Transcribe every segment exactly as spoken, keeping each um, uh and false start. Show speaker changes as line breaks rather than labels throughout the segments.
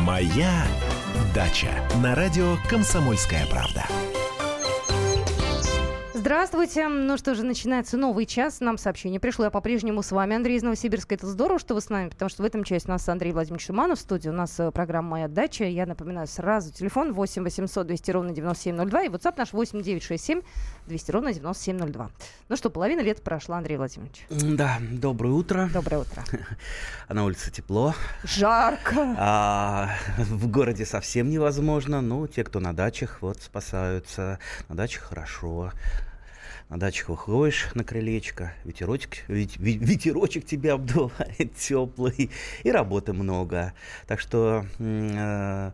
Моя дача на радио «Комсомольская правда».
Здравствуйте. Ну что же, начинается новый час. Нам сообщение пришло. Я по-прежнему с вами, Андрей из Новосибирска. Это здорово, что вы с нами, потому что в этом части у нас Андрей Владимирович Шуманов в студии. У нас программа «Моя дача». Я напоминаю сразу телефон восемь восемьсот двести ровно девяносто семь ноль два и WhatsApp наш восемь девятьсот шестьдесят семь двести ровно девяносто семь ноль два. Ну что, половина лета прошла, Андрей Владимирович.
Да, доброе утро.
Доброе утро.
А на улице тепло.
Жарко.
А, в городе совсем невозможно. Ну, те, кто на дачах, вот спасаются. На дачах хорошо. На дачах выходишь на крылечко, ветерочек, вет, ветерочек тебя обдувает теплый, и работы много. Так что э,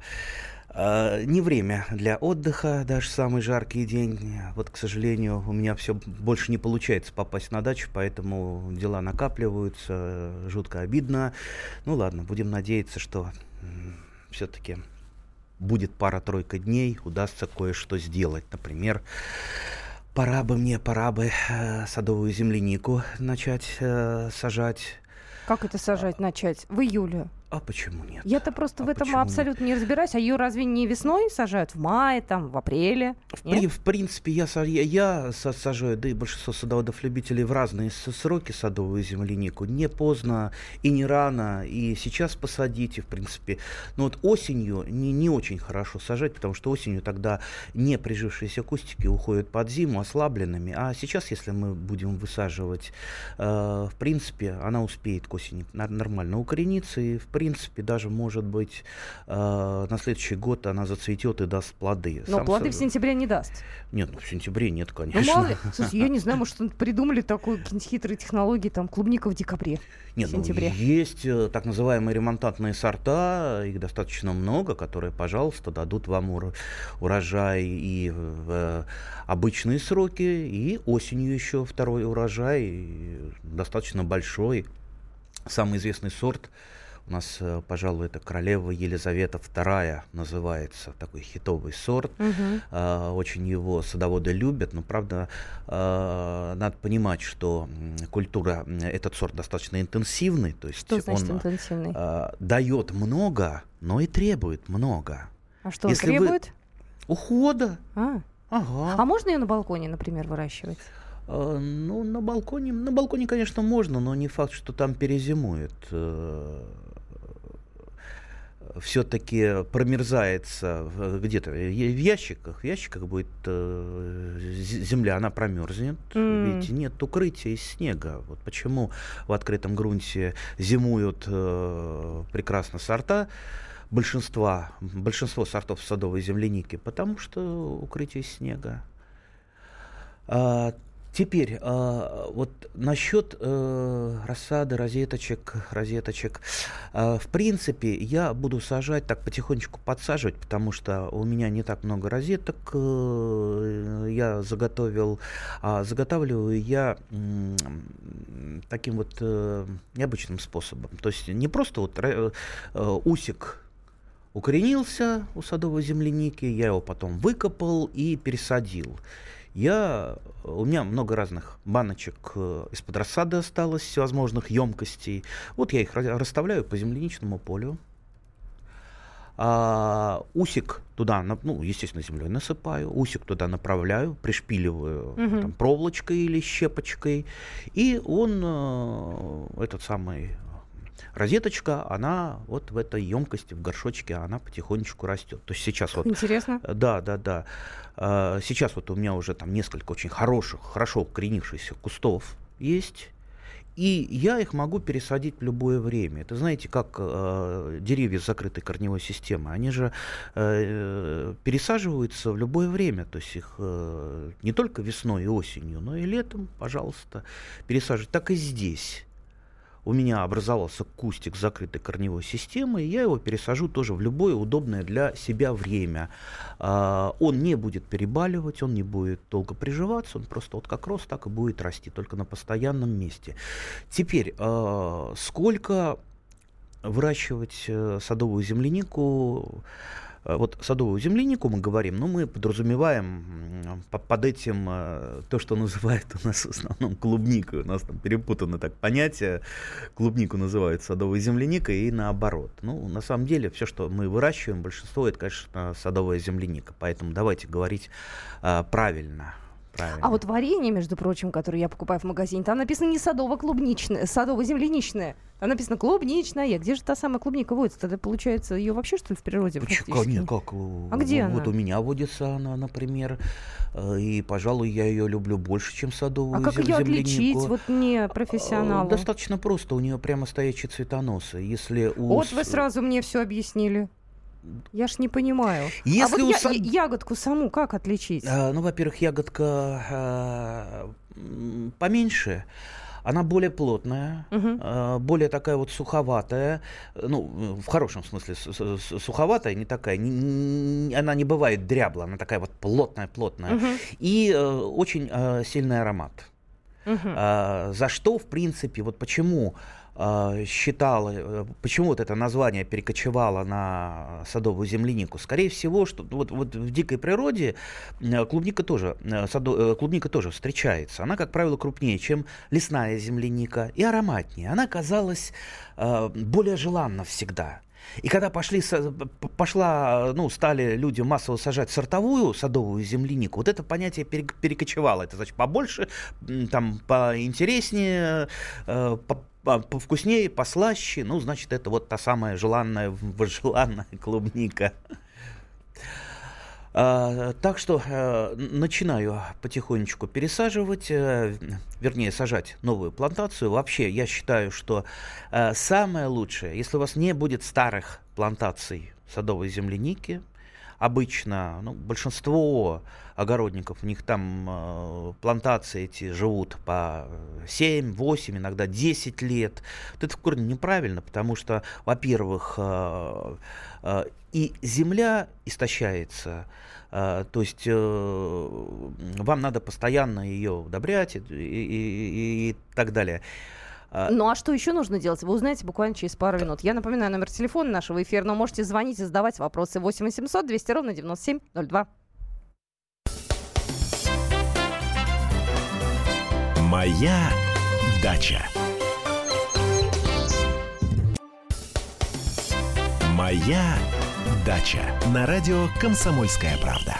э, не время для отдыха, даже самый жаркий день. Вот, к сожалению, у меня все больше не получается попасть на дачу, поэтому дела накапливаются, жутко обидно. Ну ладно, будем надеяться, что э, все-таки будет пара-тройка дней, удастся кое-что сделать. Например, Пора бы мне, пора бы э, садовую землянику начать э, сажать.
Как это сажать начать? В июле?
А почему нет?
Я-то просто
а
в этом абсолютно нет? не разбираюсь. А ее разве не весной сажают? В мае, там, в апреле?
В, при, в принципе, я, я, я сажаю, да и большинство садоводов-любителей в разные сроки садовую землянику. Не поздно и не рано. И сейчас посадите, в принципе. Но вот осенью не, не очень хорошо сажать, потому что осенью тогда не прижившиеся кустики уходят под зиму ослабленными. А сейчас, если мы будем высаживать, э, в принципе, она успеет к осени нормально укорениться. И, в В принципе, даже, может быть, э, на следующий год она зацветет и даст плоды.
Но
Сам
плоды
с...
в сентябре не даст.
Нет, ну в сентябре нет, конечно.
Ну, мало ли. Слушай, я не знаю, может, придумали такую какие-нибудь хитрые технологии, там, клубника в декабре,
нет,
в сентябре.
Ну, есть э, так называемые ремонтантные сорта, их достаточно много, которые, пожалуйста, дадут вам ур- урожай и в э, обычные сроки, и осенью еще второй урожай, и достаточно большой. Самый известный сорт у нас, пожалуй, это королева Елизавета вторая называется, такой хитовый сорт.
Угу.
А, очень его садоводы любят, но, правда, а, надо понимать, что культура, этот сорт достаточно интенсивный. То есть
что значит
он
интенсивный?
А, дает много, но и требует много.
А что
Если
он требует?
Вы... Ухода.
А.
Ага.
а можно ее на балконе, например, выращивать?
А, ну, на балконе, на балконе, конечно, можно, но не факт, что там перезимует. Все-таки промерзается где-то в ящиках. В ящиках будет земля, она промерзнет. Mm. Ведь нет укрытия из снега. Вот почему в открытом грунте зимуют прекрасно сорта. Большинство, большинство сортов садовой земляники, потому что укрытие из снега. Теперь, э, вот насчет э, рассады, розеточек, розеточек. Э, в принципе, я буду сажать, так потихонечку подсаживать, потому что у меня не так много розеток. Э, я заготовил, а заготавливаю я э, таким вот э, необычным способом. То есть не просто вот э, усик укоренился у садовой земляники, я его потом выкопал и пересадил. Я, у меня много разных баночек из-под рассады осталось, всевозможных емкостей. Вот я их расставляю по земляничному полю. А, усик туда, ну, естественно, землей насыпаю, усик туда направляю, пришпиливаю угу. там, проволочкой или щепочкой. И он, этот самый... розеточка, она вот в этой емкости, в горшочке, она потихонечку растет. То есть сейчас вот...
Интересно.
Да, да, да. Сейчас вот у меня уже там несколько очень хороших, хорошо укоренившихся кустов есть. И я их могу пересадить в любое время. Это, знаете, как э, деревья с закрытой корневой системой. Они же э, пересаживаются в любое время. То есть их э, не только весной и осенью, но и летом, пожалуйста, пересаживать. Так и здесь. У меня образовался кустик с закрытой корневой системой, и я его пересажу тоже в любое удобное для себя время. А, он не будет перебаливать, он не будет долго приживаться, он просто вот как рос, так и будет расти, только на постоянном месте. Теперь, а, сколько выращивать садовую землянику? Вот садовую землянику мы говорим, но мы подразумеваем под этим то, что называют у нас в основном клубникой. У нас там перепутано так понятие. Клубнику называют садовой земляникой и наоборот. Ну, на самом деле, все, что мы выращиваем, большинство это, конечно, садовая земляника. Поэтому давайте говорить а, правильно. Правильно.
А вот варенье, между прочим, которое я покупаю в магазине, там написано не садово-клубничное, садово-земляничное. Там написано клубничная. Где же та самая клубника водится? Тогда, получается, ее вообще, что ли, в природе
Почему? Нет, как?
А где
вот
она?
У меня водится она, например. И, пожалуй, я ее люблю больше, чем садовую землянику.
А как ее отличить, вот не профессионалу?
Достаточно просто. У нее прямо стоячие цветоносы. Если у...
Вот вы сразу мне все объяснили. Я ж не понимаю.
Если
а вот я,
сад...
ягодку саму как отличить?
А, ну, во-первых, ягодка а, поменьше. Она более плотная, uh-huh. э, более такая вот суховатая, ну, в хорошем смысле суховатая, не такая, не, не, она не бывает дряблая, она такая вот плотная-плотная, uh-huh. и э, очень э, сильный аромат. Uh-huh. Э, за что, в принципе, вот почему э, считала, почему вот это название перекочевало на садовую землянику? Скорее всего, что вот, вот в дикой природе клубника тоже, садо, клубника тоже встречается. Она, как правило, крупнее, чем лесная земляника, и ароматнее. Она казалась э, более желанна всегда. И когда пошли, пошла, ну, стали люди массово сажать сортовую садовую землянику, вот это понятие перекочевало. Это значит побольше, там, поинтереснее, по повкуснее, послаще. Ну, значит, это вот та самая желанная, желанная клубника. А, так что а, начинаю потихонечку пересаживать, а, вернее, сажать новую плантацию. Вообще, я считаю, что а, самое лучшее, если у вас не будет старых плантаций садовой земляники, обычно, ну, большинство огородников, у них там э, плантации эти живут по семь, восемь, иногда десять лет. Вот это в корне неправильно, потому что, во-первых, э, э, и земля истощается, э, то есть э, вам надо постоянно ее удобрять и, и, и, и так далее.
Ну а что еще нужно делать? Вы узнаете буквально через пару минут. Я напоминаю номер телефона нашего эфира, но можете звонить и задавать вопросы. восемь восемьсот двести ровно девяносто семь ноль два.
Моя дача. Моя дача. На радио «Комсомольская правда».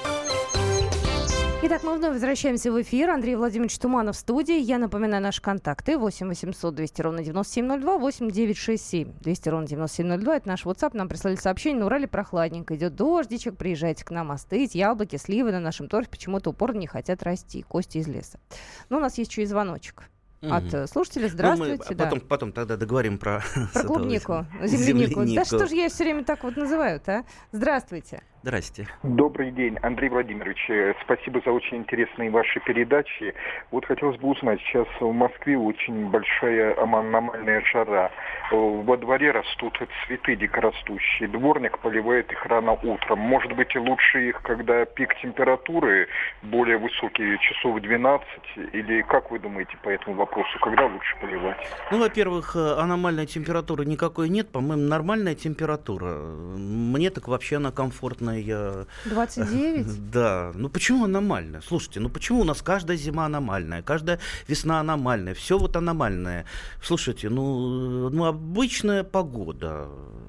Итак, мы вновь возвращаемся в эфир. Андрей Владимирович Туманов в студии. Я напоминаю наши контакты. восемь восемьсот двести ровно девяносто семь ноль два, восемь девятьсот шестьдесят семь двести ровно девяносто семь ноль два. Это наш WhatsApp. Нам прислали сообщение. На Урале прохладненько. Идет дождичек. Приезжайте к нам остыть. Яблоки, сливы на нашем торфе почему-то упорно не хотят расти. Кости из леса. Но у нас есть еще и звоночек. От mm-hmm. слушателя. Здравствуйте.
Ну,
да.
потом, потом тогда договорим про...
Про клубнику, землянику. Да что же я все время так вот называю-то, а? Здравствуйте.
Здрасте.
Добрый день, Андрей Владимирович. Спасибо за очень интересные ваши передачи. Вот хотелось бы узнать, сейчас в Москве очень большая аномальная жара. Во дворе растут цветы дикорастущие. Дворник поливает их рано утром. Может быть, и лучше их, когда пик температуры более высокий, часов двенадцать? Или как вы думаете по этому вопросу, когда лучше поливать?
Ну, во-первых, аномальной температуры никакой нет. По-моему, нормальная температура. Мне так вообще она комфортная. Я...
двадцать девять?
Да. Ну почему аномальная? Слушайте, ну почему у нас каждая зима аномальная, каждая весна аномальная, все вот аномальное. Слушайте, ну, ну обычная погода.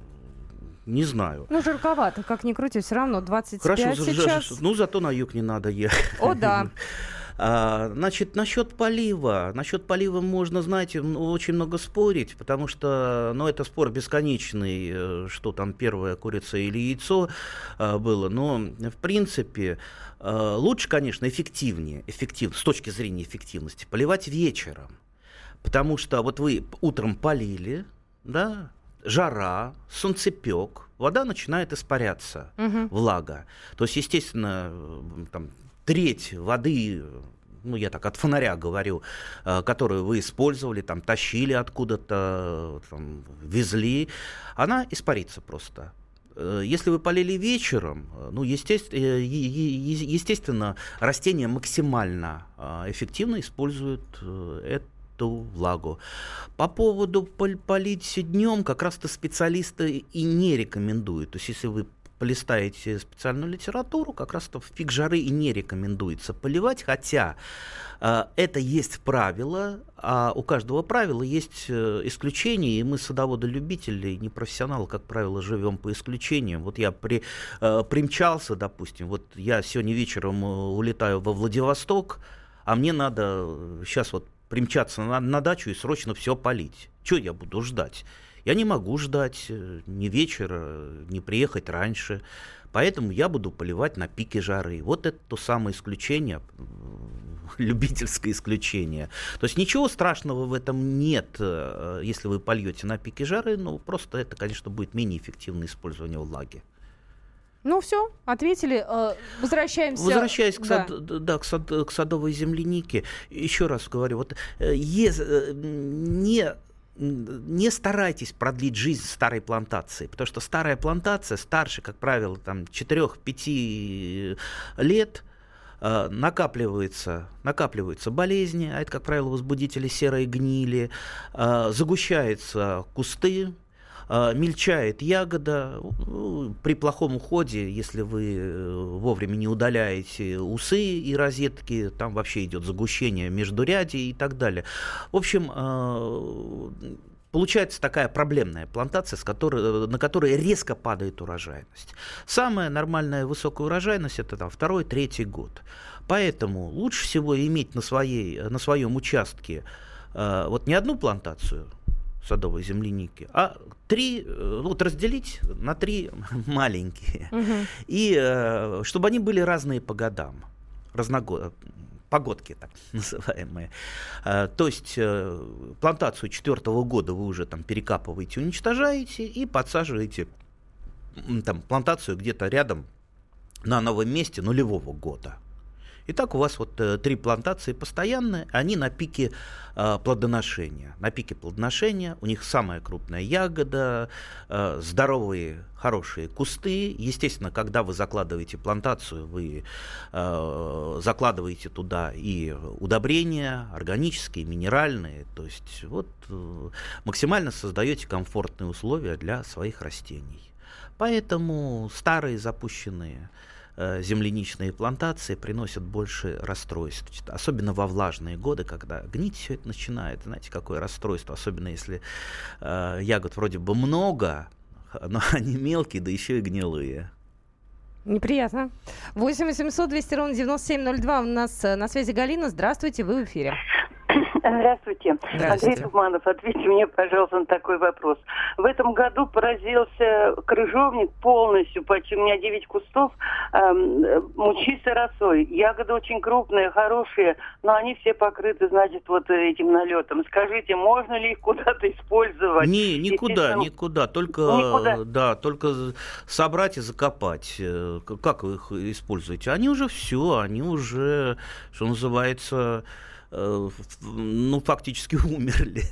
Не знаю.
Ну, жарковато, как ни крути, все равно двадцать пять
Хорошо,
сейчас.
Ж, ну, зато на юг не надо ехать.
О, да.
А, значит, насчет полива. Насчет полива можно, знаете, очень много спорить, потому что, ну, это спор бесконечный, что там первая курица или яйцо а, было. Но, в принципе, а, лучше, конечно, эффективнее, эффектив, с точки зрения эффективности, поливать вечером. Потому что вот вы утром полили, да, жара, солнцепек, вода начинает испаряться, угу. влага. То есть, естественно, там, треть воды, ну, я так от фонаря говорю, которую вы использовали, там, тащили откуда-то, там, везли, она испарится просто. Если вы полили вечером, ну, естественно, естественно, растения максимально эффективно используют это. Влагу. По поводу полить днем, как раз-то специалисты и не рекомендуют. То есть, если вы полистаете специальную литературу, как раз в пик жары и не рекомендуется поливать, хотя э, это есть правило, а у каждого правила есть э, исключения, и мы, садоводы-любители, непрофессионалы, как правило, живем по исключениям. Вот я при, э, примчался, допустим, вот я сегодня вечером улетаю во Владивосток, а мне надо сейчас вот примчаться на, на дачу и срочно все полить. Что я буду ждать? Я не могу ждать ни вечера, ни приехать раньше. Поэтому я буду поливать на пике жары. Вот это то самое исключение, любительское исключение. То есть ничего страшного в этом нет, если вы польете на пике жары, но просто это, конечно, будет менее эффективное использование влаги.
Ну все, ответили. Возвращаемся.
Возвращаясь к,
да.
сад, да, к, сад, к садовой землянике, еще раз говорю, вот е, не... не старайтесь продлить жизнь старой плантации, потому что старая плантация, старше, как правило, там, четыре-пять лет, э, накапливаются, накапливаются болезни, а это, как правило, возбудители серой гнили, э, загущаются кусты, э, мельчает ягода. Ну, при плохом уходе, если вы вовремя не удаляете усы и розетки, там вообще идет загущение междурядий и так далее. В общем, э, получается такая проблемная плантация, с которой, на которой резко падает урожайность. Самая нормальная высокая урожайность — это там, второй, третий год. Поэтому лучше всего иметь на, своей, на своем участке э, вот не одну плантацию садовой земляники, а три, вот разделить на три маленькие. Угу. И э, чтобы они были разные по годам, разногодные. Погодки так называемые. А, то есть э, плантацию четвертого года вы уже там перекапываете, уничтожаете и подсаживаете там, плантацию где-то рядом на новом месте нулевого года. Итак, у вас вот э, три плантации постоянные, они на пике э, плодоношения. На пике плодоношения у них самая крупная ягода, э, здоровые, хорошие кусты. Естественно, когда вы закладываете плантацию, вы э, закладываете туда и удобрения, органические, минеральные. То есть вот, э, максимально создаете комфортные условия для своих растений. Поэтому старые запущенные земляничные плантации приносят больше расстройств, особенно во влажные годы, когда гнить все это начинает. Знаете, какое расстройство, особенно если э, ягод вроде бы много, но они мелкие, да еще и гнилые.
Неприятно. восемь восемьсот двести ровно девяносто семь ноль два. У нас на связи Галина. Здравствуйте, вы в эфире.
Здравствуйте.
Здравствуйте.
Андрей Туманов, ответьте мне, пожалуйста, на такой вопрос. В этом году поразился крыжовник полностью, почти у меня девять кустов, эм, мучистой росой. Ягоды очень крупные, хорошие, но они все покрыты, значит, вот этим налетом. Скажите, можно ли их куда-то использовать?
Не, никуда, никуда, только, никуда. Да, только собрать и закопать. Как вы их используете? Они уже все, они уже, что называется... ну, фактически умерли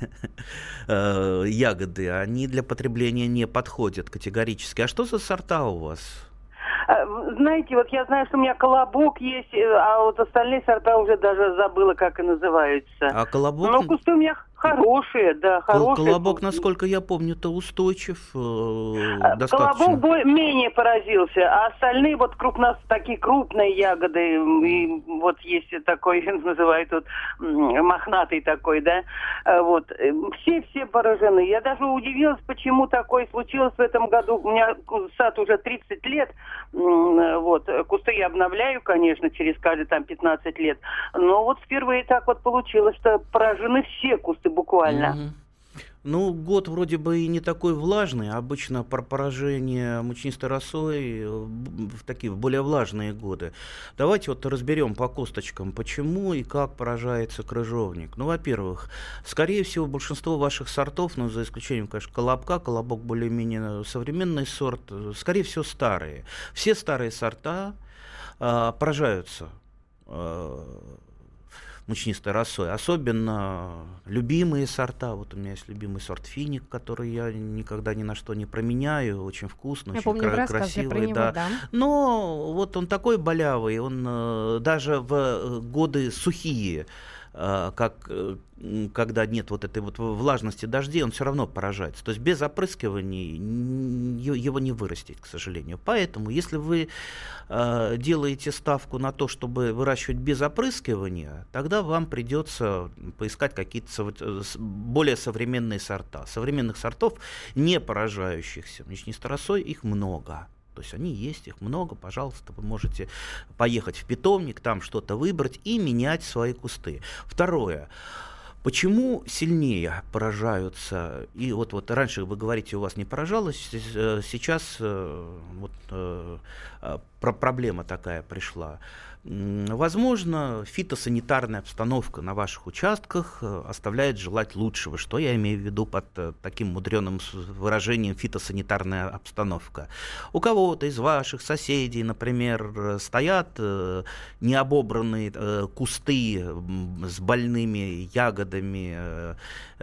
ягоды, они для потребления не подходят категорически. А что за сорта у вас?
Знаете, вот я знаю, что у меня колобок есть, а вот остальные сорта уже даже забыла, как и называются.
А колобок...
Ну, кусты у меня хорошие, да, хорошие.
Колобок, насколько я помню-то, устойчив э, достаточно.
Колобок менее поразился, а остальные вот крупно, такие крупные ягоды, и вот есть такой, называют тут мохнатый такой, да, вот, все-все поражены. Я даже удивилась, почему такое случилось в этом году. У меня сад уже тридцать лет, вот, кусты я обновляю, конечно, через каждые там пятнадцать лет, но вот впервые так вот получилось, что поражены все кусты буквально.
Mm-hmm. Ну, год вроде бы и не такой влажный. Обычно про поражение мучнистой росой в такие более влажные годы. Давайте вот разберем по косточкам, почему и как поражается крыжовник. Ну, во-первых, скорее всего, большинство ваших сортов, ну, за исключением, конечно, колобка, колобок более-менее современный сорт, скорее всего, старые. Все старые сорта э, поражаются э, мучнистой росой. Особенно любимые сорта. Вот у меня есть любимый сорт финик, который я никогда ни на что не променяю. Очень вкусный,
я
очень
помню,
кра-
в
красивый.
Про него,
да.
Да.
Но вот он такой болявый. Он э, даже в годы сухие как, когда нет вот этой вот влажности дождей, он все равно поражается. То есть без опрыскиваний его не вырастить, к сожалению. Поэтому, если вы делаете ставку на то, чтобы выращивать без опрыскивания, тогда вам придется поискать какие-то более современные сорта. Современных сортов, не поражающихся мучнистой росой, их много. То есть они есть, их много, пожалуйста, вы можете поехать в питомник, там что-то выбрать и менять свои кусты. Второе. Почему сильнее поражаются, и вот, вот раньше вы говорите, у вас не поражалось, сейчас вот, проблема такая пришла. Возможно, фитосанитарная обстановка на ваших участках оставляет желать лучшего. Что я имею в виду под таким мудреным выражением фитосанитарная обстановка? У кого-то из ваших соседей, например, стоят необобранные кусты с больными ягодами,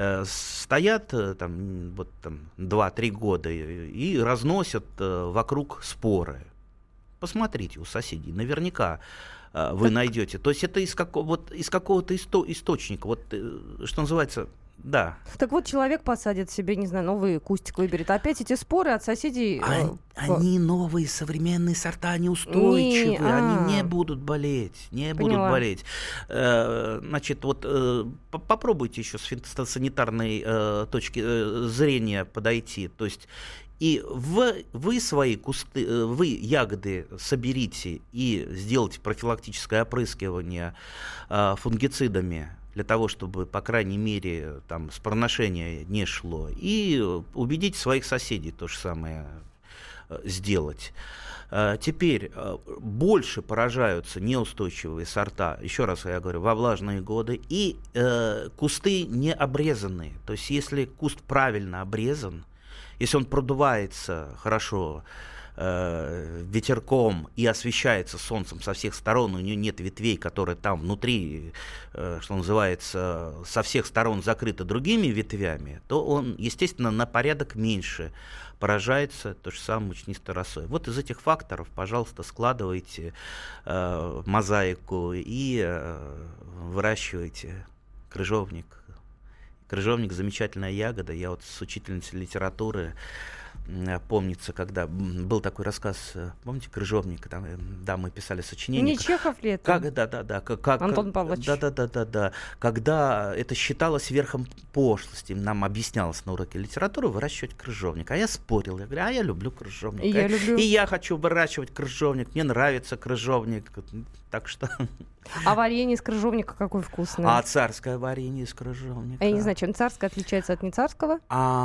стоят там, вот, там, два-три года и разносят вокруг споры. Посмотрите у соседей, наверняка э, вы так... найдете. То есть это из, како- вот, из какого-то исто- источника, вот, э, что называется, да.
Так вот человек посадит себе, не знаю, новый кустик выберет. Опять эти споры от соседей...
А, э, они новые, современные сорта, они устойчивые, не, они не будут болеть, не Поняла. будут болеть. Э, значит, вот э, попробуйте еще с фитосанитарной э, точки э, зрения подойти. То есть и вы, вы свои кусты, вы ягоды соберите и сделайте профилактическое опрыскивание э, фунгицидами для того, чтобы, по крайней мере, там, спороношение не шло. И убедите своих соседей то же самое э, сделать. Э, теперь э, больше поражаются неустойчивые сорта, еще раз я говорю, во влажные годы, и э, кусты не обрезанные. То есть если куст правильно обрезан, если он продувается хорошо э, ветерком и освещается солнцем со всех сторон, у него нет ветвей, которые там внутри, э, что называется, со всех сторон закрыты другими ветвями, то он, естественно, на порядок меньше поражается то же самое мучнистой росой. Вот из этих факторов, пожалуйста, складывайте э, мозаику и э, выращивайте крыжовник. Крыжовник — замечательная ягода. Я вот с учительницей литературы, помнится, когда был такой рассказ, помните, крыжовник, там, да, мы писали сочинение.
Не Чехов ли это?
Как, да, да, да. Как,
Антон Павлович.
Да, да, да, да, да. Когда это считалось верхом пошлости, нам объяснялось на уроке литературы выращивать крыжовник. А я спорил, я говорю, а я люблю крыжовник.
И я, люблю...
И я хочу выращивать крыжовник, мне нравится крыжовник. Так что...
А варенье из крыжовника какое вкусное?
А царское варенье из крыжовника?
Я не знаю, чем царское отличается от нецарского?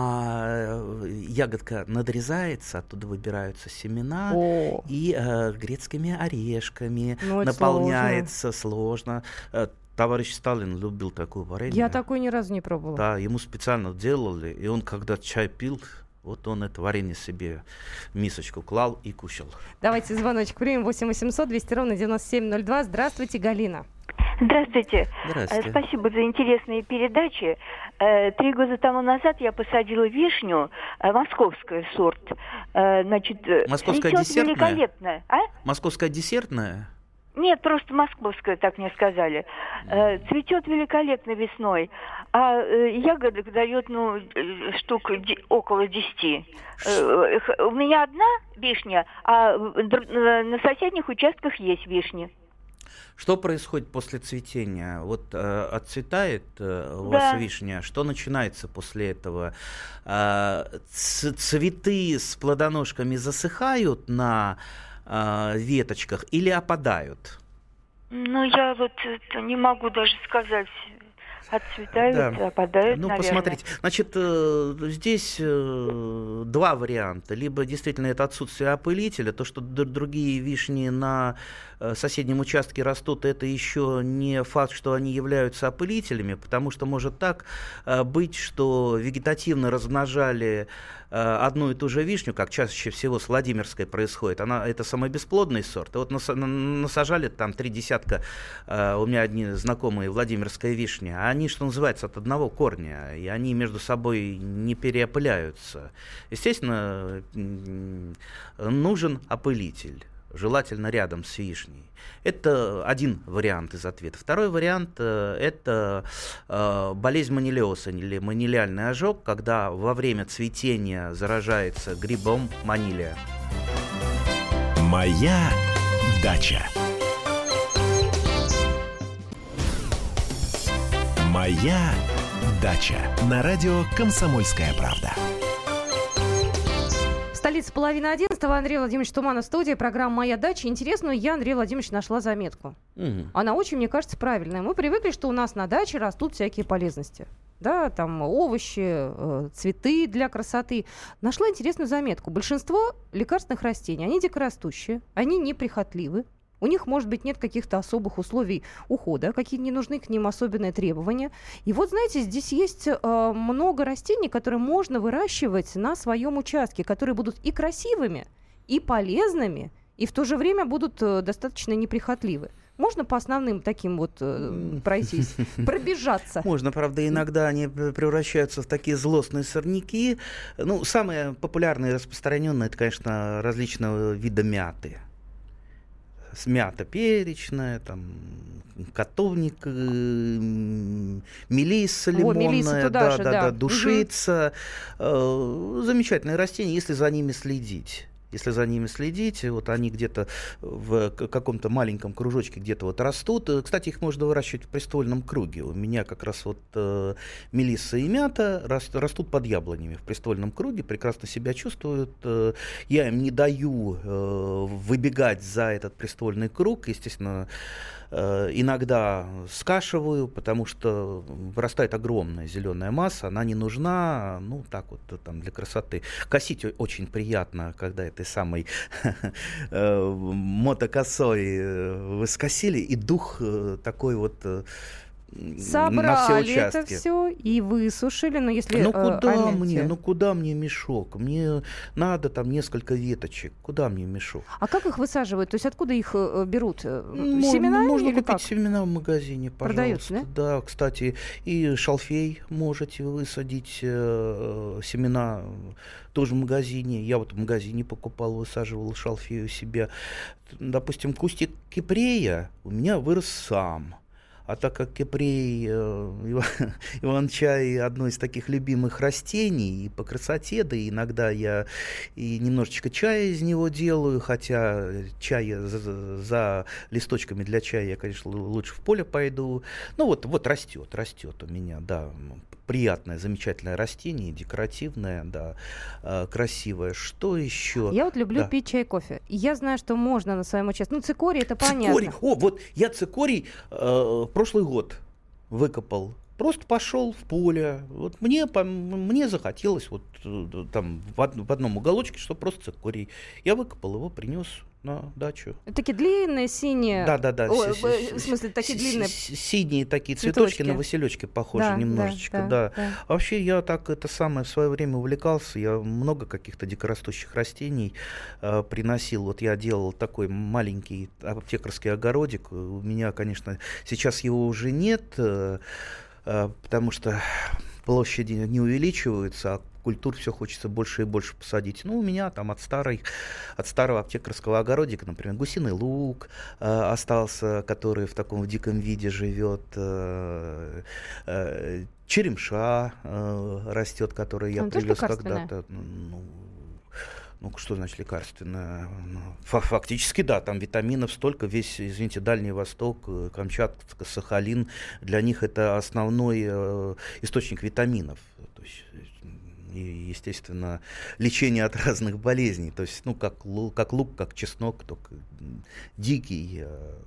А ягодка надрезается, оттуда выбираются семена.
О.
И э, грецкими орешками
ну,
наполняется сложно. сложно. Товарищ Сталин любил такое варенье.
Я такое ни разу не пробовала.
Да, ему специально делали, и он, когда чай пил, вот он это варенье себе в мисочку клал и кушал.
Давайте звоночек примем. восемь восемьсот двести ровно девяносто семь ноль два. Здравствуйте, Галина.
Здравствуйте.
Здравствуйте.
Спасибо за интересные передачи. Три года тому назад я посадила вишню, московский сорт. Значит,
Московская
цветет
десертная?
Великолепно. А?
Московская десертная?
Нет, просто московская, так мне сказали. Э, цветет великолепно весной, а э, ягодок дает, ну, э, штук ди- около десяти. Э, э, у меня одна вишня, а э, на соседних участках есть вишни.
Что происходит после цветения? Вот э, отцветает э, у
Да.
вас вишня, что начинается после этого? Э, ц- цветы с плодоножками засыхают на э, веточках или опадают?
Ну, я вот это не могу даже сказать. Отцветают,
Да.
опадают,
Ну,
наверное.
посмотрите. Значит, э, здесь э, два варианта. Либо действительно это отсутствие опылителя, то, что д- другие вишни на э, соседнем участке растут, это еще не факт, что они являются опылителями, потому что может так э, быть, что вегетативно размножали э, одну и ту же вишню, как чаще всего с Владимирской происходит. Она, это самый бесплодный сорт. И вот нас, насажали там три десятка, э, у меня одни знакомые Владимирская вишня, а они, что называется, от одного корня, и они между собой не переопыляются. Естественно, нужен опылитель. желательно рядом с вишней. Это один вариант из ответа. Второй вариант э, – это э, болезнь манилиоза или манилиальный ожог, когда во время цветения заражается грибом манилия.
Моя дача. Моя дача. На радио «Комсомольская правда».
Столица половина одиннадцатого. Андрей Владимирович Туманов в студии. Программа «Моя дача». Интересную я, Андрей Владимирович, нашла заметку. Угу. Она очень, мне кажется, правильная. Мы привыкли, что у нас на даче растут всякие полезности. Да, там овощи, э, цветы для красоты. Нашла интересную заметку. Большинство лекарственных растений, они дикорастущие, они неприхотливы. У них, может быть, нет каких-то особых условий ухода, какие не нужны к ним особенные требования. И вот, знаете, здесь есть э, много растений, которые можно выращивать на своем участке, которые будут и красивыми, и полезными, и в то же время будут э, достаточно неприхотливы. Можно по основным таким вот э, пройтись, пробежаться?
Можно, правда, иногда они превращаются в такие злостные сорняки. Ну, самые популярные и распространенные, это, конечно, различного вида мяты. Мята перечная, там, котовник, э, мелисса лимонная,
О, мелисса туда
да,
же,
да,
да.
да, душица. Угу. Э, замечательные растения, если за ними следить. Если за ними следить, вот они где-то в каком-то маленьком кружочке где-то вот растут. Кстати, их можно выращивать в приствольном круге. У меня как раз вот э, мелисса и мята раст, растут под яблонями в приствольном круге, прекрасно себя чувствуют. Э, я им не даю э, выбегать за этот приствольный круг, естественно. Иногда скашиваю, потому что вырастает огромная зеленая масса, она не нужна, ну, так вот, там, для красоты. Косить очень приятно, когда этой самой мотокосой вы скосили, и дух такой вот
собрали
на все участки.
Это все и высушили, но если
ну куда
э,
мне, ну куда мне мешок? Мне надо там несколько веточек. Куда мне мешок?
А как их высаживают? То есть откуда их э, берут?
Ну,
семена
можно
или
купить
как?
семена в магазине, пожалуйста.
Продаются, да?
Да, кстати, и шалфей можете высадить, э, семена тоже в магазине. Я вот в магазине покупал, высаживал шалфей у себя. Допустим, кустик кипрея у меня вырос сам. А так как кипрей, э, иван-чай одно из таких любимых растений и по красоте, да и иногда я и немножечко чая из него делаю, хотя чай за, за листочками для чая я, конечно, лучше в поле пойду. Ну вот, вот растет, растет у меня, да, приятное, замечательное растение, декоративное, да, э, красивое. Что еще?
Я вот люблю
да.
пить чай, кофе. И я знаю, что можно на своем участке. Ну, цикорий, это
Цикорий.
понятно.
О, вот я цикорий э, прошлый год выкопал. Просто пошел в поле. Вот мне, по, мне захотелось вот там в, од, в одном уголочке, что просто цикорий. Я выкопал его, принес на дачу.
Такие длинные, синие.
Да, да, да.
О, в смысле, такие длинные.
Синие такие
цветочки.
цветочки, на василечки похожи
да,
немножечко,
да,
да,
да, да.
Вообще я так это самое в свое время увлекался. Я много каких-то дикорастущих растений э, приносил. Вот я делал такой маленький аптекарский огородик. У меня, конечно, сейчас его уже нет, э, э, потому что площади не увеличиваются, а культур все хочется больше и больше посадить. Ну, у меня там от, старой, от старого аптекарского огородика, например, гусиный лук э, остался, который в таком в диком виде живет, э, э, черемша э, растет, который я
Он
привез когда-то. Ну, ну, что значит лекарственное? Фактически, да, там витаминов столько, весь, извините, Дальний Восток, Камчатка, Сахалин, для них это основной э, источник витаминов. То есть, и, естественно, лечение от разных болезней. То есть, ну, как, как лук, как чеснок, только дикий,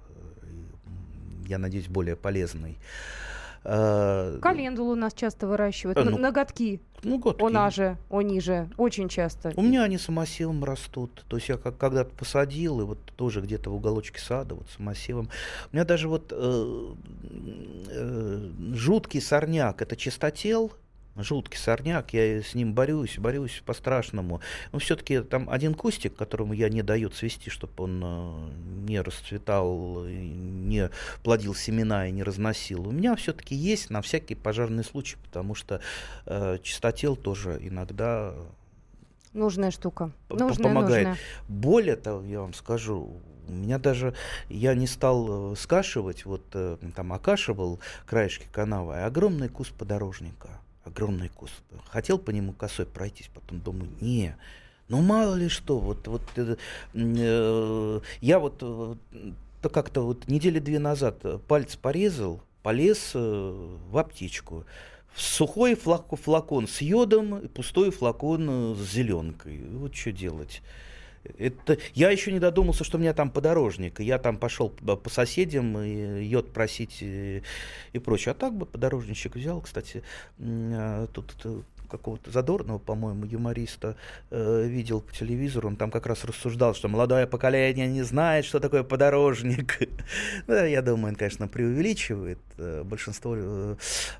я надеюсь, более полезный.
Календулу у нас часто выращивают. Ну, ноготки.
Ноготки.
Она же, они же, очень часто.
У меня они самосевом растут. То есть я как, когда-то посадил, и вот тоже где-то в уголочке сада, вот самосевом. У меня даже вот э, э, жуткий сорняк, это чистотел. Жуткий сорняк, я с ним борюсь, борюсь по-страшному. Но все-таки там один кустик, которому я не даю цвести, чтобы он э, не расцветал, не плодил семена и не разносил. У меня все-таки есть на всякий пожарный случай, потому что э, чистотел тоже иногда
Нужная штука.
п-
Нужная,
помогает.
нужная.
Более того, я вам скажу, у меня даже, я не стал э, скашивать, вот э, там окашивал краешки канавы, а огромный куст подорожника, огромный куст. Хотел по нему косой пройтись, потом думаю, не, ну мало ли что, вот, вот э, э, я вот э, то как-то вот недели две назад палец порезал, полез э, в аптечку. Сухой флакон, флакон с йодом и пустой флакон с зеленкой. Вот что делать. Это... Я еще не додумался, что у меня там подорожник. Я там пошел по соседям и йод просить и, и прочее. А так бы подорожничек взял, кстати. Тут какого-то Задорнова, по-моему, юмориста э, видел по телевизору. Он там как раз рассуждал, что молодое поколение не знает, что такое подорожник. Я думаю, он, конечно, преувеличивает. Большинство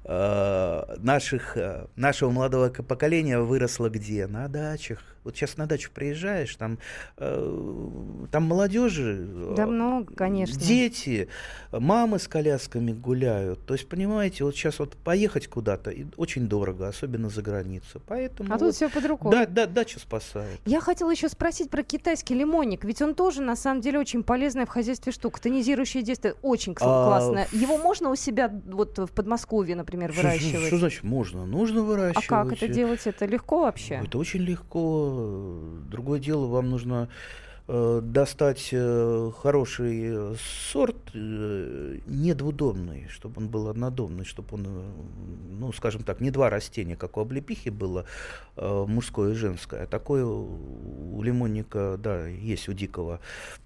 наших, нашего молодого поколения выросло где? На дачах. Вот сейчас на дачу приезжаешь, там, там молодежи,
да много, конечно.
Дети, мамы с колясками гуляют. То есть, понимаете, вот сейчас вот поехать куда-то очень дорого, особенно за границу. Поэтому
а
вот,
тут все под рукой.
Да, да, дача спасает.
Я хотела еще спросить про китайский лимонник, ведь он тоже, на самом деле, очень полезная в хозяйстве штука. Тонизирующее действие очень
А,
классное. Его можно у себя вот в Подмосковье, например,
Что,
выращивать?
что значит можно? Нужно
А
выращивать.
как это делать? Это легко вообще?
Это очень легко. Другое дело, вам нужно э, достать э, хороший сорт, э, недвудомный, чтобы он был однодомный, чтобы он, э, ну, скажем так, не два растения, как у облепихи было, э, мужское и женское, а такое у лимонника, да, есть у дикого.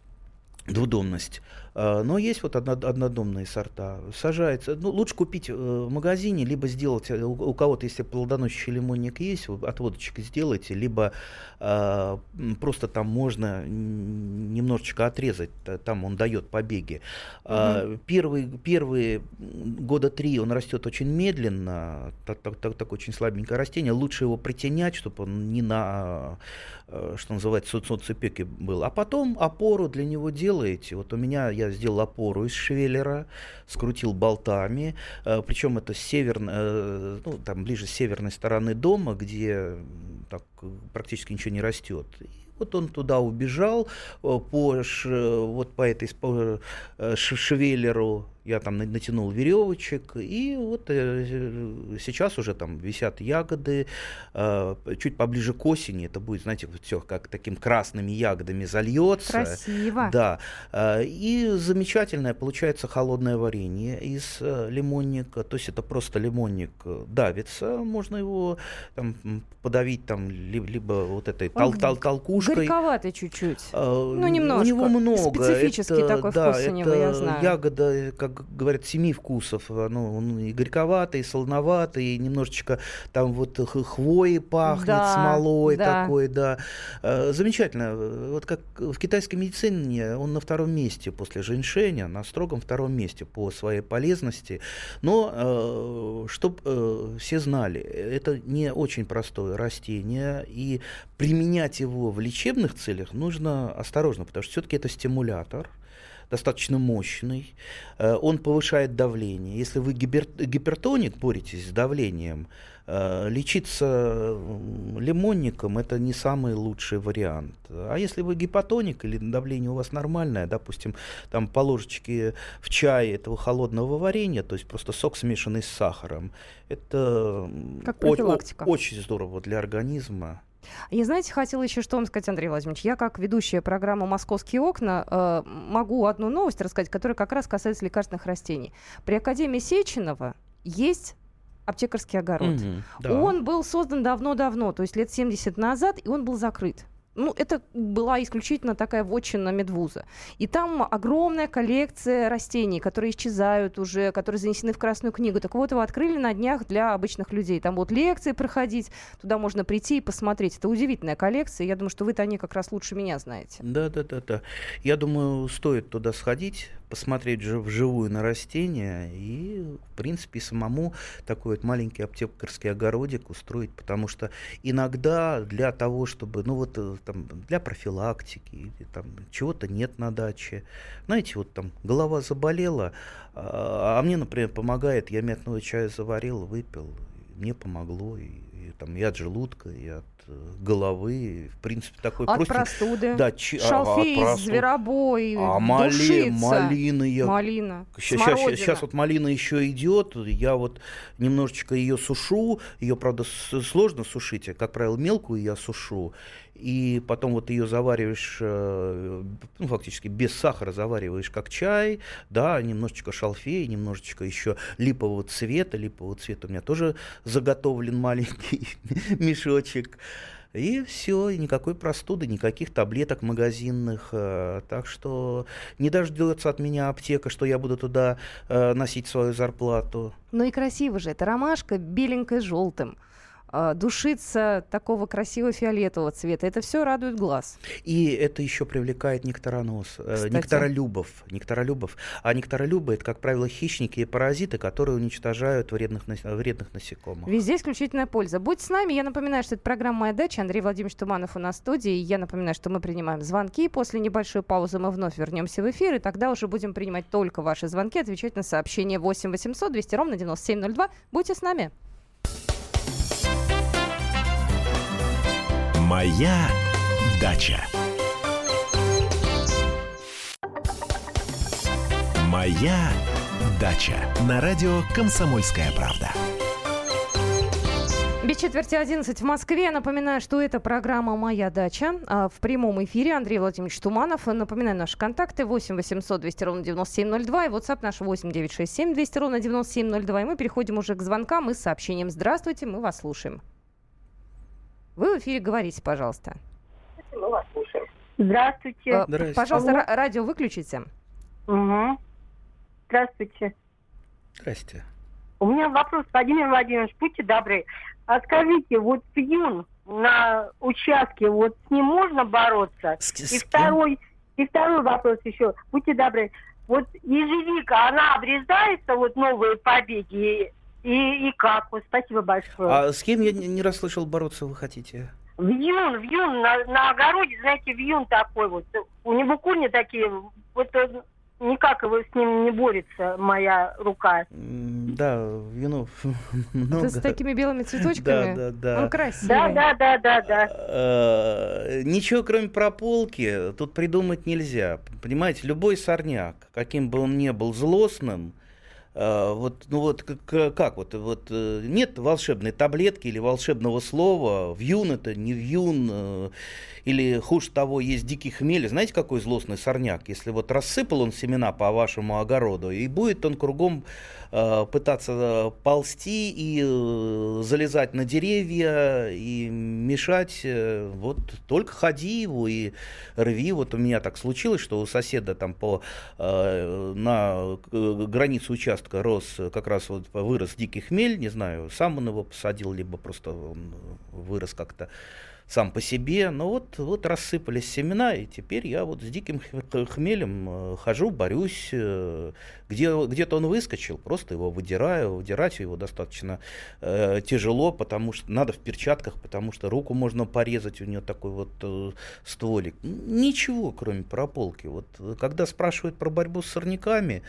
Двудомность. Но есть вот однодомные сорта. Сажается. Ну, лучше купить в магазине, либо сделать, у кого-то, если плодоносящий лимонник есть, отводочек сделайте, либо э, просто там можно немножечко отрезать, там он дает побеги. Mm-hmm. Первые, первые года три он растет очень медленно, так, так, так, так очень слабенькое растение. Лучше его притенять, чтобы он не на, что называется, солнцепеке был. А потом опору для него делаете. Вот у меня я сделал опору из швеллера, скрутил болтами, э, причем это северно, э, ну, там ближе с северной стороны дома, где так, практически ничего не растет. И вот он туда убежал э, по, ш, вот по этой по, э, швеллеру. Я там натянул веревочек, и вот э, сейчас уже там висят ягоды, э, чуть поближе к осени это будет, знаете, вот все как таким красными ягодами зальется.
Красиво.
Да, э, и замечательное получается холодное варенье из э, лимонника, то есть это просто лимонник давится, можно его там подавить там либо, либо вот этой тол- тол- толкушкой.
Горьковатый чуть-чуть,
э,
ну немножко.
У него много.
Специфический
это,
такой
да,
вкус у него, я знаю.
Ягода, как говорят, семи вкусов. Ну, он и горьковатый, и солоноватый, и немножечко там вот хвои пахнет,
да,
смолой
да.
такой, да. Замечательно. Вот как в китайской медицине он на втором месте после женьшеня, на строгом втором месте по своей полезности. Но, чтобы все знали, это не очень простое растение, и применять его в лечебных целях нужно осторожно, потому что все-таки это стимулятор, достаточно мощный, он повышает давление. Если вы гипер, гипертоник, боретесь с давлением, лечиться лимонником это не самый лучший вариант. А если вы гипотоник или давление у вас нормальное, допустим, там по ложечке в чай этого холодного варенья, то есть просто сок, смешанный с сахаром, это о- очень здорово для организма.
Я, знаете, хотела еще что вам сказать, Андрей Владимирович. Я, как ведущая программы «Московские окна», э, могу одну новость рассказать, которая как раз касается лекарственных растений. При Академии Сеченова есть аптекарский огород.
Mm-hmm, да.
Он был создан давно-давно, то есть лет семьдесят назад, и он был закрыт. Ну, это была исключительно такая вотчина медвуза. И там огромная коллекция растений, которые исчезают уже, которые занесены в Красную книгу. Так вот, его открыли на днях для обычных людей. Там будут лекции проходить, туда можно прийти и посмотреть. Это удивительная коллекция. Я думаю, что вы-то о ней как раз лучше меня знаете.
Да, да, да, да. Я думаю, стоит туда сходить, посмотреть вживую на растения и, в принципе, самому такой вот маленький аптекарский огородик устроить, потому что иногда для того, чтобы, ну вот там, для профилактики, или там чего-то нет на даче, знаете, вот там голова заболела, а, а мне, например, помогает, я мятного чая заварил, выпил, мне помогло, и, и там и от желудка, и от головы. В принципе, такой
от
простенький.
простуды.
Да, ч...
Шалфей,
а, простуд...
зверобой,
а мали...
душица.
малина. Я...
Малина.
Сейчас, сейчас, сейчас вот малина еще идет. Я вот немножечко ее сушу. Ее, правда, сложно сушить. Как правило, мелкую я сушу. И потом вот ее завариваешь, ну, фактически без сахара завариваешь как чай, да, немножечко шалфея, немножечко еще липового цвета. Липового цвета у меня тоже заготовлен маленький мешочек. И все, и никакой простуды, никаких таблеток магазинных. Так что не дождется от меня аптека, что я буду туда носить свою зарплату.
Ну и красиво же, это ромашка беленькая с желтым. Душица такого красивого фиолетового цвета. Это все радует глаз.
И это еще привлекает нектаронос, э, нектаролюбов, нектаролюбов. А нектаролюбы — это, как правило, хищники и паразиты, которые уничтожают вредных, вредных насекомых.
Везде исключительная польза. Будьте с нами. Я напоминаю, что это программа «Моя дача». Андрей Владимирович Туманов у нас в студии. Я напоминаю, что мы принимаем звонки. После небольшой паузы мы вновь вернемся в эфир. И тогда уже будем принимать только ваши звонки, отвечать на сообщения восемь восемьсот двести ровно девяносто семь ноль два. Будьте с нами.
«Моя дача». «Моя дача». На радио «Комсомольская правда».
Без четверти одиннадцать в Москве. Напоминаю, что это программа «Моя дача». В прямом эфире Андрей Владимирович Туманов. Напоминаю, наши контакты восемь восемьсот двести ровно девяносто семь ноль два и WhatsApp наш восемь девятьсот шестьдесят семь двести ровно девяносто семь ноль два. И мы переходим уже к звонкам и сообщениям. Здравствуйте, мы вас слушаем. Вы в эфире, говорите, пожалуйста.
Мы вас слушаем. Здравствуйте.
Э, Здравствуйте. Пожалуйста, ра- радио выключите.
Угу. Здравствуйте.
Здрасте.
У меня вопрос, Владимир Владимирович, будьте добры. А скажите, вот пьюн на участке, вот с ним можно бороться?
С,
и,
с
второй, и второй вопрос еще. Будьте добры. Вот ежевика, она обрезается, вот новые побеги? И, и как? Вот, спасибо большое.
А с кем я не, не расслышал, бороться вы хотите?
Вьюн, вьюн на, на огороде, знаете, вьюн такой вот. У него корни такие, вот никак его с ним не борется моя рука.
Да, вьюнов много.
Это с такими белыми цветочками?
Да, да, да.
Он красивый.
Да, да, да, да, да.
Ничего, кроме прополки, тут придумать нельзя. Понимаете, любой сорняк, каким бы он ни был злостным, вот, ну вот как, как вот, вот нет волшебной таблетки или волшебного слова, вьюн это не вьюн, или хуже того, есть дикий хмель. Знаете, какой злостный сорняк? Если вот рассыпал он семена по вашему огороду, и будет он кругом э, пытаться ползти и э, залезать на деревья и мешать, э, вот только ходи его и рви. Вот у меня так случилось, что у соседа там по, э, на границе участка рос, как раз вот вырос дикий хмель, не знаю, сам он его посадил, либо просто он вырос как-то сам по себе, но вот, вот рассыпались семена, и теперь я вот с диким хмелем хожу, борюсь. Где, где-то он выскочил, просто его выдираю. Выдирать его достаточно э, тяжело, потому что надо в перчатках, потому что руку можно порезать, у нее такой вот э, стволик. Ничего, кроме прополки. Вот, когда спрашивают про борьбу с сорняками,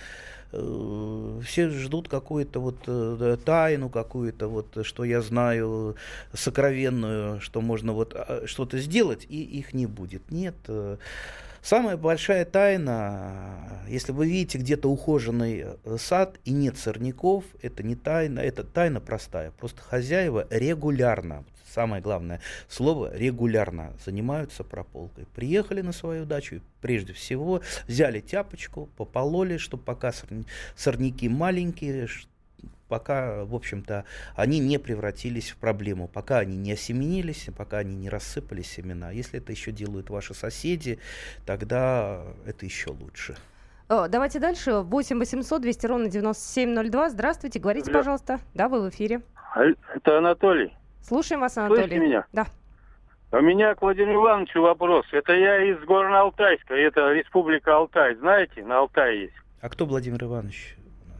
э, все ждут какую-то вот э, тайну, какую-то вот, что я знаю, сокровенную, что можно вот что-то сделать, и их не будет. Нет. Самая большая тайна, если вы видите где-то ухоженный сад и нет сорняков, это не тайна, это тайна простая. Просто хозяева регулярно, самое главное слово, регулярно занимаются прополкой. Приехали на свою дачу и прежде всего взяли тяпочку, попололи, чтобы пока сорняки маленькие, пока, в общем-то, они не превратились в проблему, пока они не осеменились, пока они не рассыпались семена. Если это еще делают ваши соседи, тогда это еще лучше.
О, давайте дальше. восемь восемьсот двести ровно девяносто семь ноль два. Здравствуйте, говорите, пожалуйста. Да, вы в эфире.
Это Анатолий.
Слушаем вас, Анатолий.
Слышите меня?
Да.
У меня к Владимиру Ивановичу вопрос. Это я из Горно-Алтайска, это Республика Алтай. Знаете, на Алтае есть.
А кто Владимир Иванович?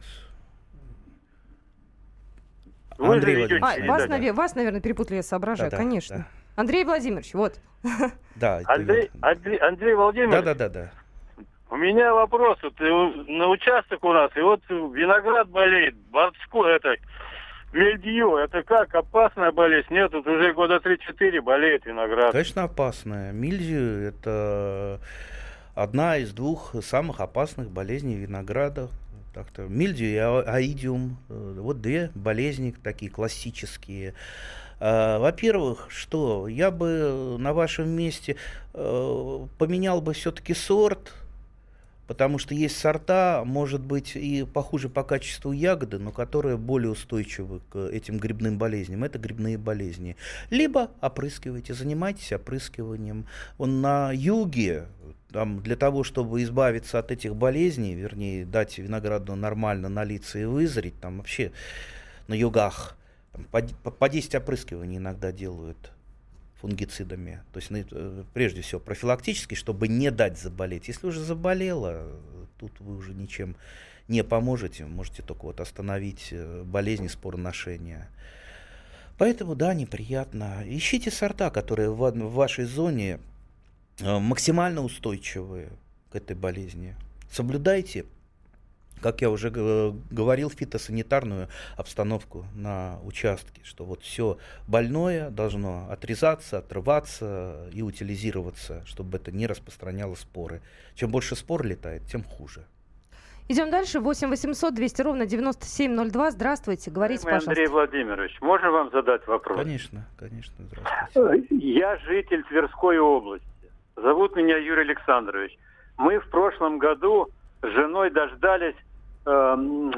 Вы
Андрей
же
Владимирович.
А, вас, навер- вас, наверное, перепутали, я соображаю,
Да, да,
конечно.
да.
Андрей Владимирович, вот.
Да,
Андрей, Андрей, Андрей Владимирович,
да, да, да, да.
у меня вопрос. Вот, на участок у нас, и вот виноград болеет, борцку, это, мельдью, это как, опасная болезнь? Нет, тут уже года три-четыре болеет виноград.
Конечно, опасная. Мильдью – это одна из двух самых опасных болезней винограда. Так-то мильдью и аидиум. Вот две болезни такие классические. Во-первых, что я бы на вашем месте поменял бы все-таки сорт, потому что есть сорта, может быть, и похуже по качеству ягоды, но которые более устойчивы к этим грибным болезням. Это грибные болезни. Либо опрыскивайте, занимайтесь опрыскиванием. Он на юге, там, для того, чтобы избавиться от этих болезней, вернее, дать винограду нормально налиться и вызреть, там вообще на югах там, по, по десять опрыскиваний иногда делают фунгицидами. То есть, прежде всего, профилактически, чтобы не дать заболеть. Если уже заболело, тут вы уже ничем не поможете. Можете только вот остановить болезни, спороношения. Поэтому, да, неприятно. Ищите сорта, которые в, в вашей зоне максимально устойчивые к этой болезни. Соблюдайте, как я уже говорил, фитосанитарную обстановку на участке, что вот все больное должно отрезаться, отрываться и утилизироваться, чтобы это не распространяло споры. Чем больше спор летает, тем хуже.
Идем дальше. восемь восемьсот двести ровно девяносто семь ноль два. Здравствуйте. Говорите,
Уважаемый
пожалуйста.
Андрей Владимирович, можно вам задать вопрос?
Конечно, конечно. Здравствуйте.
Я житель Тверской области. Зовут меня Юрий Александрович. Мы в прошлом году с женой дождались э,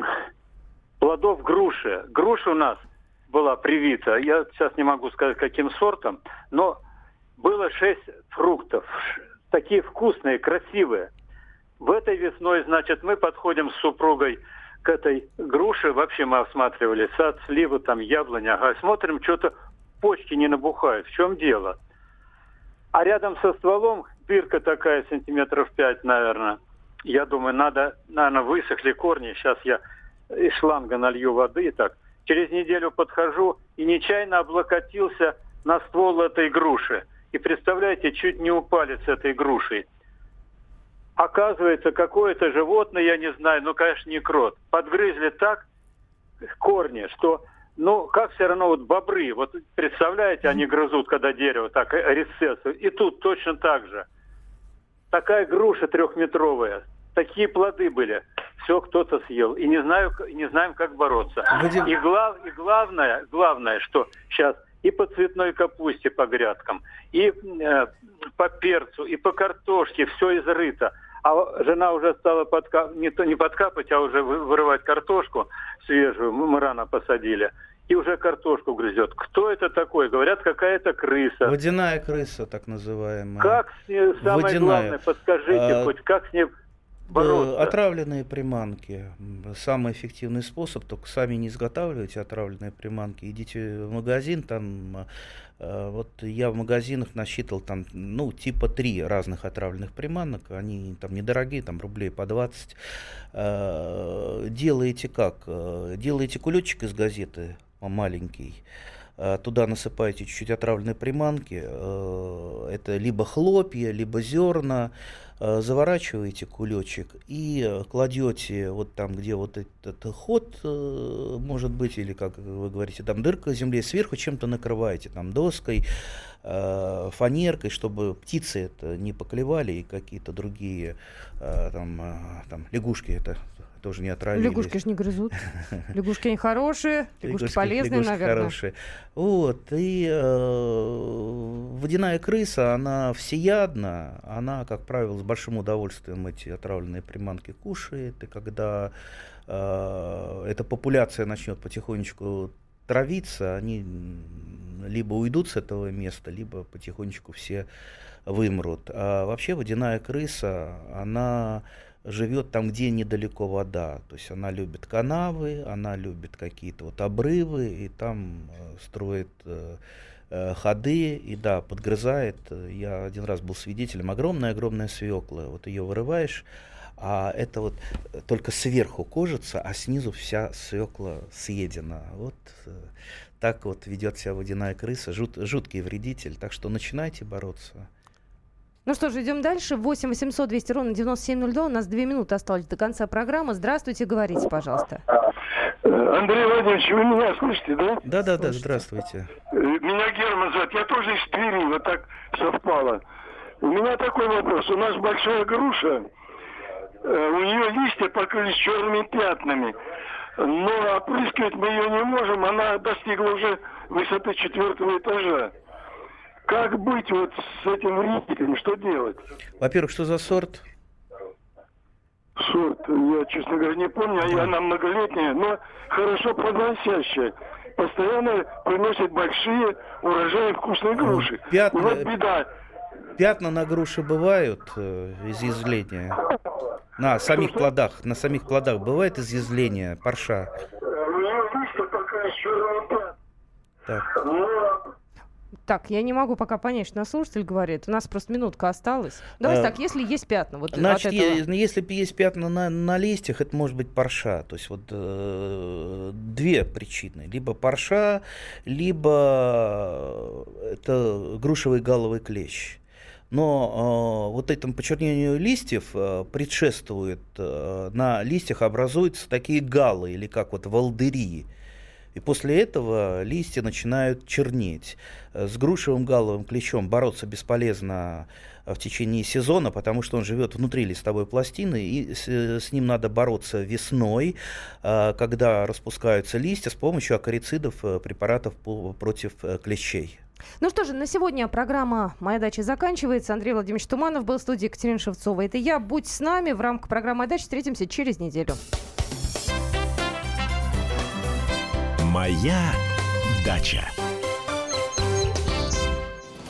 плодов груши. Груша у нас была привита. Я сейчас не могу сказать, каким сортом, но было шесть фруктов. Такие вкусные, красивые. В этой весной, значит, мы подходим с супругой к этой груше. Вообще мы осматривали сад, сливы, там, яблоня. Ага, смотрим, что-то почки не набухают. В чем дело? А рядом со стволом дырка такая, сантиметров пять, наверное. Я думаю, надо, наверное, высохли корни. Сейчас я из шланга налью воды. Так. Через неделю подхожу и нечаянно облокотился на ствол этой груши. И представляете, чуть не упали с этой грушей. Оказывается, какое-то животное, я не знаю, ну, конечно, не крот. Подгрызли так корни, что... Ну, как все равно вот бобры, вот представляете, они грызут, когда дерево так рецессу. И тут точно так же. Такая груша трехметровая, такие плоды были. Все кто-то съел. И не знаю, не знаем, как бороться.
Вадим...
И, глав, и главное, главное, что сейчас и по цветной капусте по грядкам, и э, по перцу, и по картошке все изрыто. А жена уже стала подка... не, то, не подкапать, а уже вырывать картошку свежую. Мы, мы рано посадили. И уже картошку грызет. Кто это такой? Говорят, какая-то крыса.
Водяная крыса, так называемая.
Как с ней, самое Водяная. главное, подскажите, а... хоть как с ней бороться?
Отравленные приманки. Самый эффективный способ. Только сами не изготавливайте отравленные приманки. Идите в магазин, там... Вот я в магазинах насчитал там, ну, типа три разных отравленных приманок, они там недорогие, там рублей по двадцать. Делаете как? Делаете кулечек из газеты маленький, туда насыпаете чуть-чуть отравленной приманки, это либо хлопья, либо зерна, заворачиваете кулечек и кладете вот там, где вот этот ход может быть, или, как вы говорите, там дырка в земле, сверху чем-то накрываете, там доской, фанеркой, чтобы птицы это не поклевали и какие-то другие там, там лягушки это тоже не отравили.
Лягушки же не грызут. Лягушки они хорошие, лягушки полезные, наверное. Хорошие.
Вот, и э, водяная крыса, она всеядна, она, как правило, с большим удовольствием эти отравленные приманки кушает, и когда э, эта популяция начнет потихонечку травиться, они либо уйдут с этого места, либо потихонечку все вымрут. А вообще водяная крыса, она живет там, где недалеко вода. То есть она любит канавы, она любит какие-то вот обрывы, и там э, строит э, э, ходы, и да, подгрызает. Я один раз был свидетелем, огромная-огромная свекла. Вот ее вырываешь, а это вот только сверху кожица, а снизу вся свекла съедена. Вот э, так вот ведет себя водяная крыса, жут, жуткий вредитель. Так что начинайте бороться.
Ну что ж, идем дальше. восемь восемьсот двести ровно девяносто семь ноль два. У нас две минуты осталось до конца программы. Здравствуйте, говорите, пожалуйста.
Андрей Владимирович, вы меня слышите, да?
Да, да, да, здравствуйте.
Меня Герман зовут, я тоже из Твери, вот так совпало. У меня такой вопрос. У нас большая груша, у нее листья покрылись черными пятнами, но опрыскивать мы ее не можем, она достигла уже высоты четвертого этажа. Как быть вот с этим вредителем, что делать?
Во-первых, что за сорт?
Сорт, я, честно говоря, не помню, да. Она многолетняя, но хорошо плодоносящая. Постоянно приносит большие урожаи вкусной груши.
Пятна,
вот беда.
Пятна на груши бывают э, изъязвления? На самих что, плодах, что? На самих плодах бывает изъязвление, парша?
У нее листья такая черная пятна.
Так.
Но...
Так, я не могу пока понять, что наш слушатель говорит. У нас просто минутка осталась. Давайте а, так, если есть пятна. Вот
значит,
от этого...
е- если есть пятна на, на листьях, это может быть парша. То есть вот э, две причины. Либо парша, либо это грушевый галловый клещ. Но э, вот этому почернению листьев э, предшествует, э, на листьях образуются такие галлы, или как вот волдыри. И после этого листья начинают чернеть. С грушевым галловым клещом бороться бесполезно в течение сезона, потому что он живет внутри листовой пластины, и с, с ним надо бороться весной, когда распускаются листья, с помощью акарицидов, препаратов против клещей.
Ну что же, на сегодня программа «Моя дача» заканчивается. Андрей Владимирович Туманов был в студии, Екатерина Шевцова. Это я. Будь с нами в рамках программы «Моя дача». Встретимся через неделю.
«Моя дача».